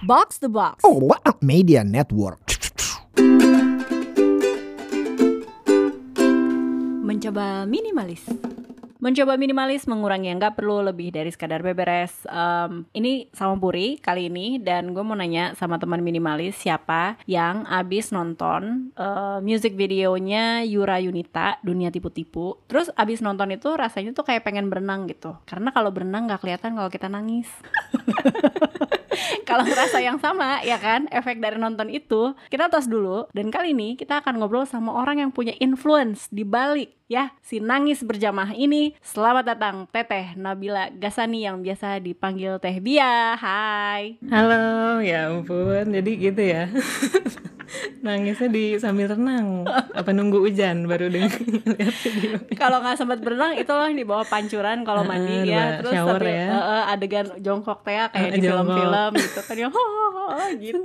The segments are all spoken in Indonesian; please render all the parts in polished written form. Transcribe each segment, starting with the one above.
Box the Box. Media Network. Mencoba minimalis. Mencoba minimalis mengurangi yang gak perlu lebih dari sekadar beberes. Ini sama Puri kali ini. Dan gue mau nanya sama teman minimalis siapa yang abis nonton music videonya Yura Yunita, Dunia Tipu-Tipu. Terus abis nonton itu rasanya tuh kayak pengen berenang gitu. Karena kalau berenang gak kelihatan kalau kita nangis. Kalau ngerasa yang sama ya kan, efek dari nonton itu, kita tos dulu. Dan kali ini kita akan ngobrol sama orang yang punya influence di balik ya si nangis berjamaah ini. Selamat datang Teteh Nabila Ghazani yang biasa dipanggil Teh Bia. Hai. Halo, ya ampun, jadi gitu ya. Nangisnya sambil renang. Apa nunggu hujan baru lihat video? Kalau nggak sempat berenang itu loh di bawah pancuran kalau mandi ya. Terus shower sambil ya. Adegan jongkok teh kayak di film-film gitu kan ya. Gitu.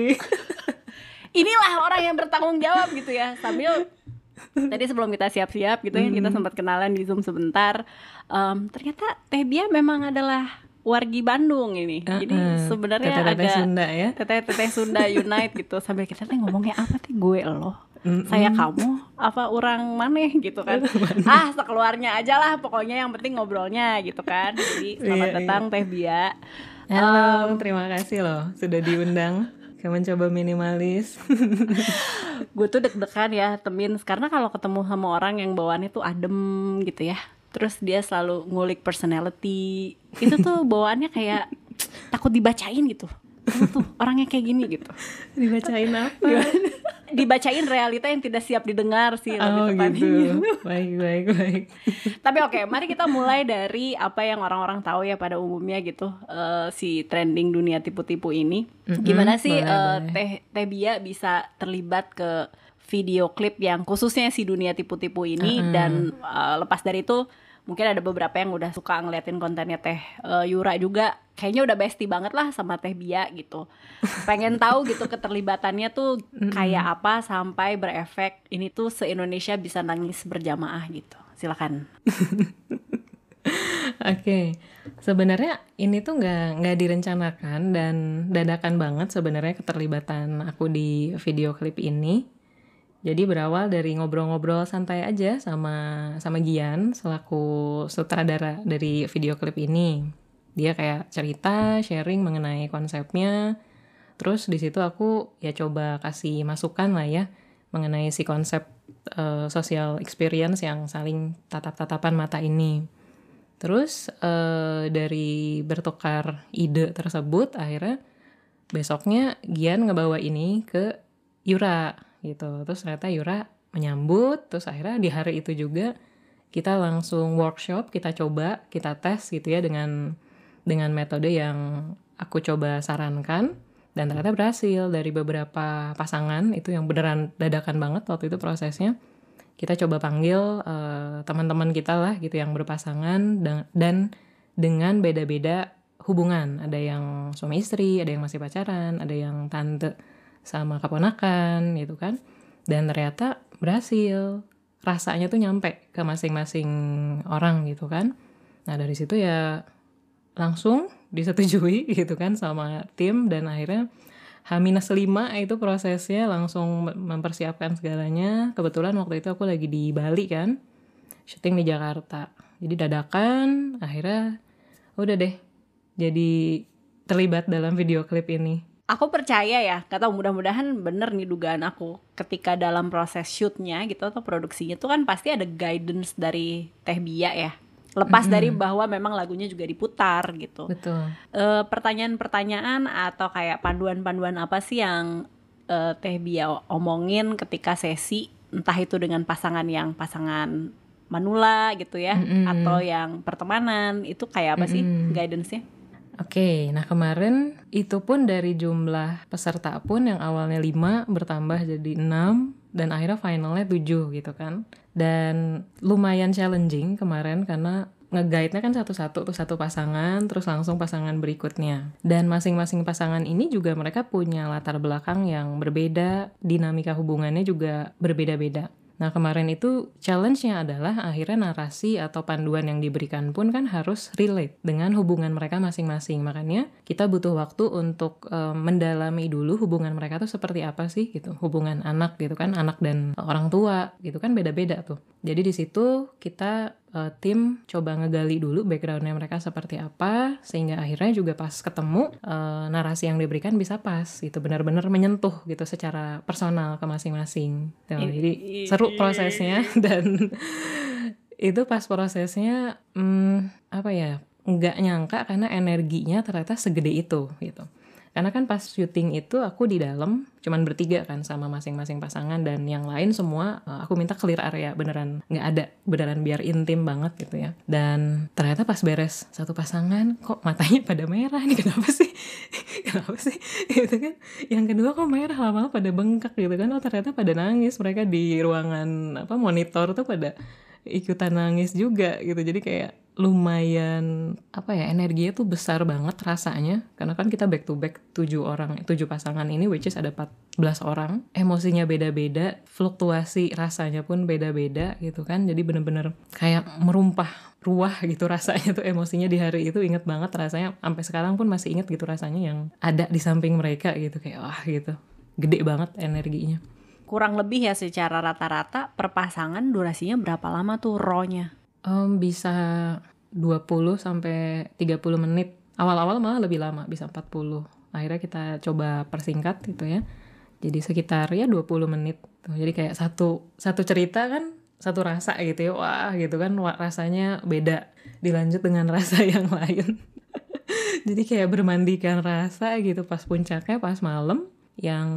Inilah orang yang bertanggung jawab gitu ya. Sambil tadi sebelum kita siap-siap gitu ya, kita sempat kenalan di Zoom sebentar. Ternyata Teh Bia memang adalah wargi Bandung ini. Jadi sebenarnya Teteh Sunda ya. Teteh Sunda Unite gitu. Sambil kita teh ngomongnya apa teh gue lo. Saya kamu apa orang maneh gitu kan. Sekeluarnya aja lah pokoknya yang penting ngobrolnya gitu kan. Jadi selamat datang Teh Bia. Halo, terima kasih loh sudah diundang ke Mencoba Minimalis. Gue tuh deg-degan ya Temin, karena kalau ketemu sama orang yang bawaannya tuh adem gitu ya, terus dia selalu ngulik personality, itu tuh bawaannya kayak takut dibacain gitu. Kamu tuh orangnya kayak gini gitu. Dibacain apa? Dibacain realita yang tidak siap didengar sih lebih tepatnya. Gitu. Baik. Tapi oke, mari kita mulai dari apa yang orang-orang tahu ya pada umumnya gitu, si trending dunia tipu-tipu ini. Gimana sih boleh. Teh Bia bisa terlibat ke video klip yang khususnya si dunia tipu-tipu ini. Dan lepas dari itu mungkin ada beberapa yang udah suka ngeliatin kontennya Teh Yura juga, kayaknya udah bestie banget lah sama Teh Bia gitu. Pengen tahu gitu keterlibatannya tuh kayak apa sampai berefek ini tuh se-Indonesia bisa nangis berjamaah gitu. Silakan. Oke. Sebenarnya ini tuh nggak direncanakan dan dadakan banget sebenarnya keterlibatan aku di video klip ini. Jadi berawal dari ngobrol-ngobrol santai aja sama Gian selaku sutradara dari video klip ini. Dia kayak cerita, sharing mengenai konsepnya. Terus di situ aku ya coba kasih masukan lah ya mengenai si konsep social experience yang saling tatap-tatapan mata ini. Terus dari bertukar ide tersebut akhirnya besoknya Gian ngebawa ini ke Yura gitu. Terus ternyata Yura menyambut. Terus akhirnya di hari itu juga kita langsung workshop, kita coba, kita tes gitu ya dengan metode yang aku coba sarankan. Dan ternyata berhasil. Dari beberapa pasangan itu yang beneran dadakan banget waktu itu prosesnya. Kita coba panggil teman-teman kita lah gitu yang berpasangan dan dengan beda-beda hubungan. Ada yang suami istri, ada yang masih pacaran, ada yang tante sama keponakan gitu kan. Dan ternyata berhasil. Rasanya tuh nyampe ke masing-masing orang gitu kan. Nah dari situ ya langsung disetujui gitu kan sama tim. Dan akhirnya H-5 itu prosesnya langsung mempersiapkan segalanya. Kebetulan waktu itu aku lagi di Bali kan, syuting di Jakarta. Jadi dadakan, akhirnya udah deh jadi terlibat dalam video klip ini. Aku percaya ya, gak tau mudah-mudahan bener nih dugaan aku. Ketika dalam proses shootnya gitu atau produksinya tuh kan pasti ada guidance dari Teh Bia ya. Lepas dari bahwa memang lagunya juga diputar gitu. Betul. Pertanyaan-pertanyaan atau kayak panduan-panduan apa sih yang Teh Bia omongin ketika sesi, entah itu dengan pasangan manula gitu ya, atau yang pertemanan, itu kayak apa sih guidance-nya? Oke, nah kemarin itu pun dari jumlah peserta pun yang awalnya 5 bertambah jadi 6 dan akhirnya finalnya 7 gitu kan. Dan lumayan challenging kemarin karena nge-guide-nya kan satu-satu tuh satu pasangan terus langsung pasangan berikutnya. Dan masing-masing pasangan ini juga mereka punya latar belakang yang berbeda, dinamika hubungannya juga berbeda-beda. Nah kemarin itu challenge-nya adalah akhirnya narasi atau panduan yang diberikan pun kan harus relate dengan hubungan mereka masing-masing. Makanya kita butuh waktu untuk mendalami dulu hubungan mereka tuh seperti apa sih gitu. Hubungan anak gitu kan, anak dan orang tua gitu kan beda-beda tuh. Jadi di situ kita tim coba ngegali dulu background-nya mereka seperti apa, sehingga akhirnya juga pas ketemu narasi yang diberikan bisa pas gitu, benar-benar menyentuh gitu secara personal ke masing-masing. Jadi seru prosesnya dan itu pas prosesnya apa ya, nggak nyangka karena energinya ternyata segede itu gitu. Karena kan pas syuting itu aku di dalam cuman bertiga kan sama masing-masing pasangan, dan yang lain semua aku minta clear area, beneran nggak ada, beneran biar intim banget gitu ya. Dan ternyata pas beres satu pasangan kok matanya pada merah nih, kenapa sih? Kenapa sih? Gitu kan. Yang kedua kok merah, lama-lama pada bengkak gitu kan. Oh ternyata pada nangis mereka di ruangan monitor tuh pada ikutan nangis juga gitu. Jadi kayak lumayan energinya tuh besar banget rasanya, karena kan kita back to back 7 pasangan ini, which is ada 14 orang, emosinya beda-beda, fluktuasi rasanya pun beda-beda gitu kan. Jadi bener-bener kayak merumpah ruah gitu rasanya tuh emosinya di hari itu. Inget banget rasanya, sampai sekarang pun masih inget gitu rasanya yang ada di samping mereka gitu, kayak wah gitu, gede banget energinya. Kurang lebih ya secara rata-rata per pasangan durasinya berapa lama tuh raw-nya? Bisa 20 sampai 30 menit. Awal-awal malah lebih lama, bisa 40. Akhirnya kita coba persingkat gitu ya. Jadi sekitar ya 20 menit. Jadi kayak satu cerita kan, satu rasa gitu ya. Wah gitu kan, rasanya beda dilanjut dengan rasa yang lain. Jadi kayak bermandikan rasa gitu pas puncaknya, pas malam yang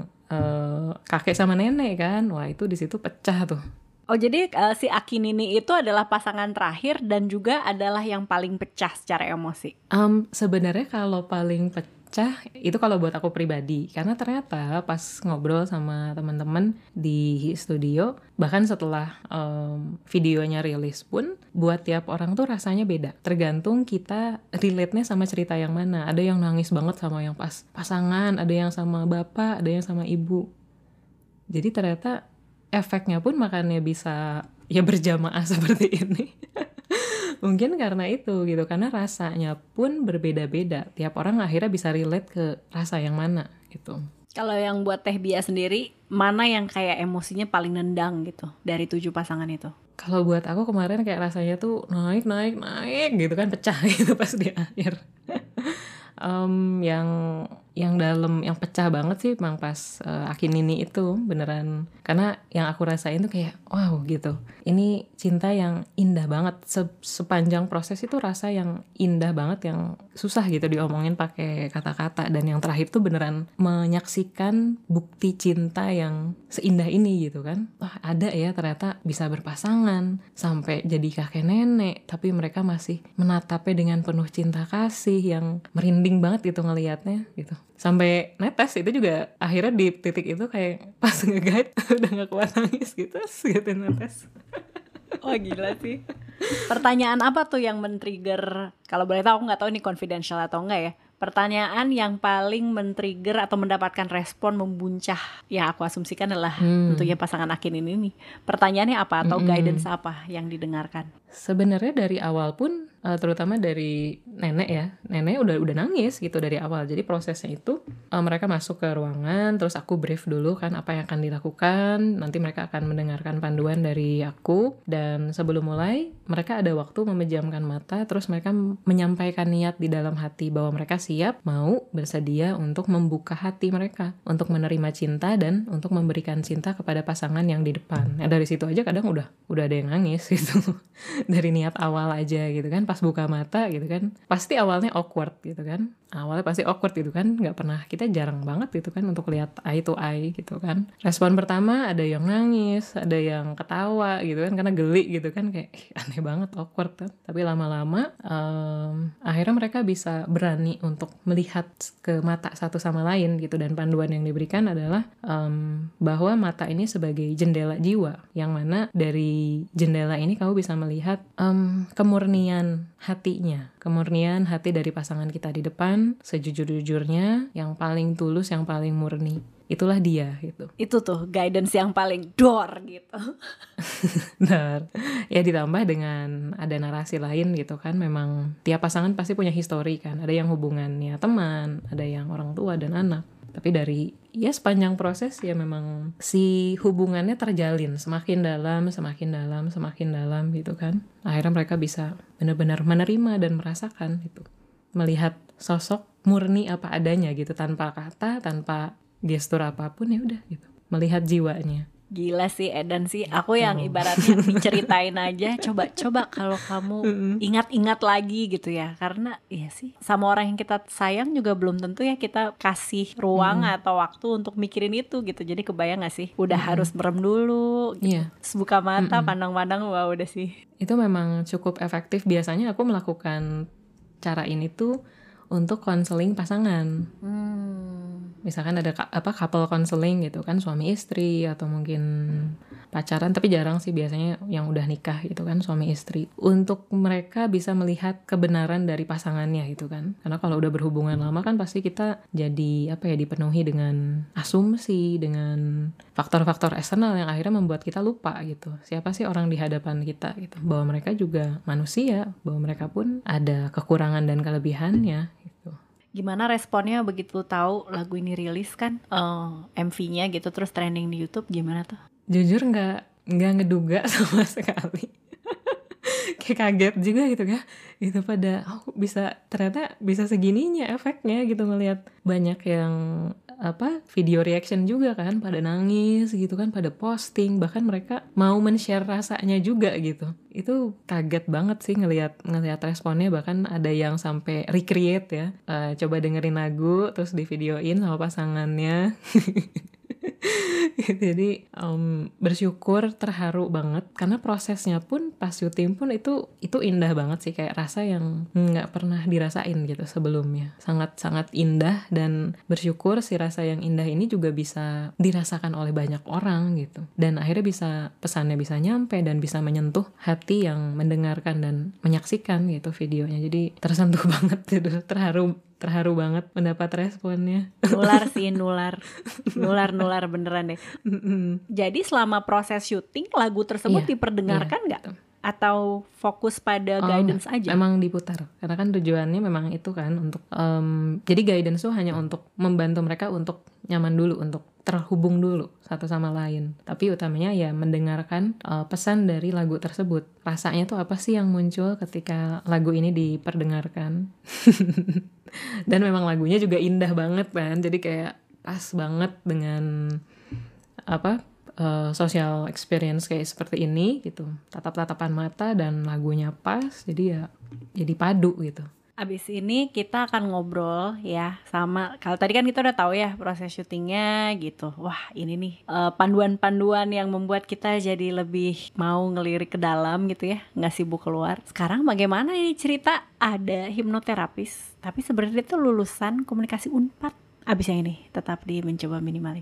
kakek sama nenek kan. Wah itu di situ pecah tuh. Oh jadi si Aki Nini itu adalah pasangan terakhir dan juga adalah yang paling pecah secara emosi? Sebenarnya kalau paling pecah itu kalau buat aku pribadi, karena ternyata pas ngobrol sama teman-teman di studio, bahkan setelah videonya rilis pun, buat tiap orang tuh rasanya beda. Tergantung kita relate-nya sama cerita yang mana. Ada yang nangis banget sama yang pas pasangan, ada yang sama bapak, ada yang sama ibu. Jadi ternyata efeknya pun makanya bisa ya berjamaah seperti ini. Mungkin karena itu gitu, karena rasanya pun berbeda-beda. Tiap orang akhirnya bisa relate ke rasa yang mana gitu. Kalau yang buat Teh Bia sendiri, mana yang kayak emosinya paling nendang gitu dari 7 pasangan itu? Kalau buat aku kemarin kayak rasanya tuh naik gitu kan, pecah gitu pas di akhir. Yang dalam, yang pecah banget sih emang pas Aki Nini itu beneran, karena yang aku rasain tuh kayak wow gitu, ini cinta yang indah banget. Sepanjang proses itu rasa yang indah banget, yang susah gitu diomongin pakai kata-kata. Dan yang terakhir tuh beneran menyaksikan bukti cinta yang seindah ini gitu kan. Wah ada ya ternyata bisa berpasangan sampai jadi kakek nenek, tapi mereka masih menatapnya dengan penuh cinta kasih yang merinding banget gitu ngelihatnya gitu. Sampai netes itu juga akhirnya di titik itu kayak pas nge-guide udah gak kuat nangis gitu netes. Oh gila sih. Pertanyaan apa tuh yang men-trigger, kalau boleh tahu, aku gak tahu ini confidential atau enggak ya, pertanyaan yang paling men-trigger atau mendapatkan respon membuncah, ya aku asumsikan adalah tentunya pasangan Akin ini nih. Pertanyaannya apa atau guidance apa yang didengarkan? Sebenarnya dari awal pun terutama dari nenek ya, nenek udah nangis gitu dari awal. Jadi prosesnya itu mereka masuk ke ruangan, terus aku brief dulu kan apa yang akan dilakukan. Nanti mereka akan mendengarkan panduan dari aku, dan sebelum mulai mereka ada waktu memejamkan mata, terus mereka menyampaikan niat di dalam hati bahwa mereka siap, mau, bersedia untuk membuka hati mereka untuk menerima cinta dan untuk memberikan cinta kepada pasangan yang di depan. Nah, dari situ aja kadang udah ada yang nangis gitu. Dari niat awal aja gitu kan, pas buka mata gitu kan, pasti awalnya awkward gitu kan, nggak pernah, kita jarang banget gitu kan untuk lihat eye to eye gitu kan. Respon pertama ada yang nangis, ada yang ketawa gitu kan, karena geli gitu kan, kayak aneh banget, awkward kan. Tapi lama-lama akhirnya mereka bisa berani untuk melihat ke mata satu sama lain gitu. Dan panduan yang diberikan adalah bahwa mata ini sebagai jendela jiwa, yang mana dari jendela ini kamu bisa melihat kemurnian hatinya, kemurnian hati dari pasangan kita di depan, sejujur-jujurnya, yang paling tulus, yang paling murni. Itulah dia gitu. Itu tuh guidance yang paling dor gitu. Benar. Ya ditambah dengan ada narasi lain gitu kan. Memang tiap pasangan pasti punya histori kan. Ada yang hubungannya teman, ada yang orang tua dan anak. Tapi dari ya sepanjang proses ya memang si hubungannya terjalin semakin dalam, semakin dalam, semakin dalam gitu kan. Akhirnya mereka bisa benar-benar menerima dan merasakan gitu. Melihat sosok murni apa adanya gitu, tanpa kata, tanpa gestur apapun, ya udah gitu. Melihat jiwanya. Gila sih Edan sih, aku yang ibaratnya diceritain aja, coba kalau kamu ingat-ingat lagi gitu ya. Karena iya sih, sama orang yang kita sayang juga belum tentu ya kita kasih ruang atau waktu untuk mikirin itu gitu. Jadi kebayang gak sih, udah harus merem dulu gitu. Terus buka mata, pandang-pandang, wah udah sih. Itu memang cukup efektif. Biasanya aku melakukan cara ini tuh untuk konseling pasangan. Misalkan ada couple counseling gitu kan, suami istri atau mungkin pacaran, tapi jarang sih biasanya yang udah nikah gitu kan, suami istri, untuk mereka bisa melihat kebenaran dari pasangannya gitu kan. Karena kalau udah berhubungan lama kan pasti kita jadi dipenuhi dengan asumsi, dengan faktor-faktor eksternal yang akhirnya membuat kita lupa gitu. Siapa sih orang di hadapan kita gitu. Bahwa mereka juga manusia, bahwa mereka pun ada kekurangan dan kelebihannya gitu. Gimana responnya begitu tahu lagu ini rilis kan, MV-nya gitu terus trending di YouTube, gimana tuh? Jujur nggak ngeduga sama sekali. Kayak kaget juga gitu kan. Gitu pada ternyata bisa segininya efeknya gitu, ngelihat banyak yang video reaction juga kan, pada nangis gitu kan, pada posting, bahkan mereka mau men-share rasanya juga gitu. Itu kaget banget sih ngelihat responnya. Bahkan ada yang sampai recreate ya, coba dengerin lagu terus di videoin sama pasangannya. Jadi bersyukur, terharu banget karena prosesnya pun pas syuting pun itu indah banget sih, kayak rasa yang nggak pernah dirasain gitu sebelumnya. Sangat-sangat indah, dan bersyukur si rasa yang indah ini juga bisa dirasakan oleh banyak orang gitu, dan akhirnya pesannya bisa nyampe dan bisa menyentuh hati yang mendengarkan dan menyaksikan gitu videonya. Jadi tersentuh banget gitu, terharu banget mendapat responnya. Nular sih, nular beneran deh. Jadi selama proses syuting lagu tersebut diperdengarkan nggak? Atau fokus pada guidance aja? Memang diputar, karena kan tujuannya memang itu kan untuk jadi guidance tuh hanya untuk membantu mereka untuk nyaman dulu, untuk terhubung dulu satu sama lain. Tapi utamanya ya mendengarkan pesan dari lagu tersebut. Rasanya tuh apa sih yang muncul ketika lagu ini diperdengarkan. Dan memang lagunya juga indah banget kan, jadi kayak pas banget dengan social experience kayak seperti ini gitu. Tatap-tatapan mata dan lagunya pas, jadi padu gitu. Abis ini kita akan ngobrol ya sama, kalau tadi kan kita udah tahu ya proses syutingnya gitu. Wah ini nih panduan-panduan yang membuat kita jadi lebih mau ngelirik ke dalam gitu ya, nggak sibuk keluar. Sekarang bagaimana ini cerita ada hipnoterapis, tapi sebenarnya itu lulusan komunikasi Unpad. Abis yang ini tetap di Mencoba Minimalis.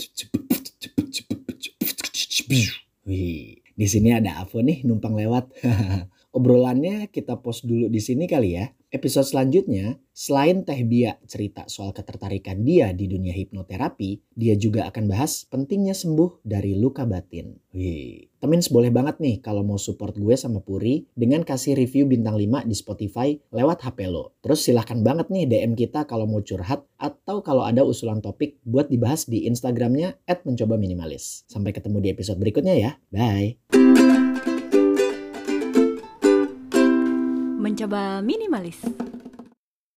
Wih, di sini ada Avo nih numpang lewat. Obrolannya kita post dulu di sini kali ya. Episode selanjutnya, selain Teh Bia cerita soal ketertarikan dia di dunia hipnoterapi, dia juga akan bahas pentingnya sembuh dari luka batin. Wih, Temins boleh banget nih kalau mau support gue sama Puri dengan kasih review bintang 5 di Spotify lewat HP lo. Terus silahkan banget nih DM kita kalau mau curhat atau kalau ada usulan topik buat dibahas di Instagramnya @mencobaminimalis. Sampai ketemu di episode berikutnya ya. Bye. Mencoba Minimalis.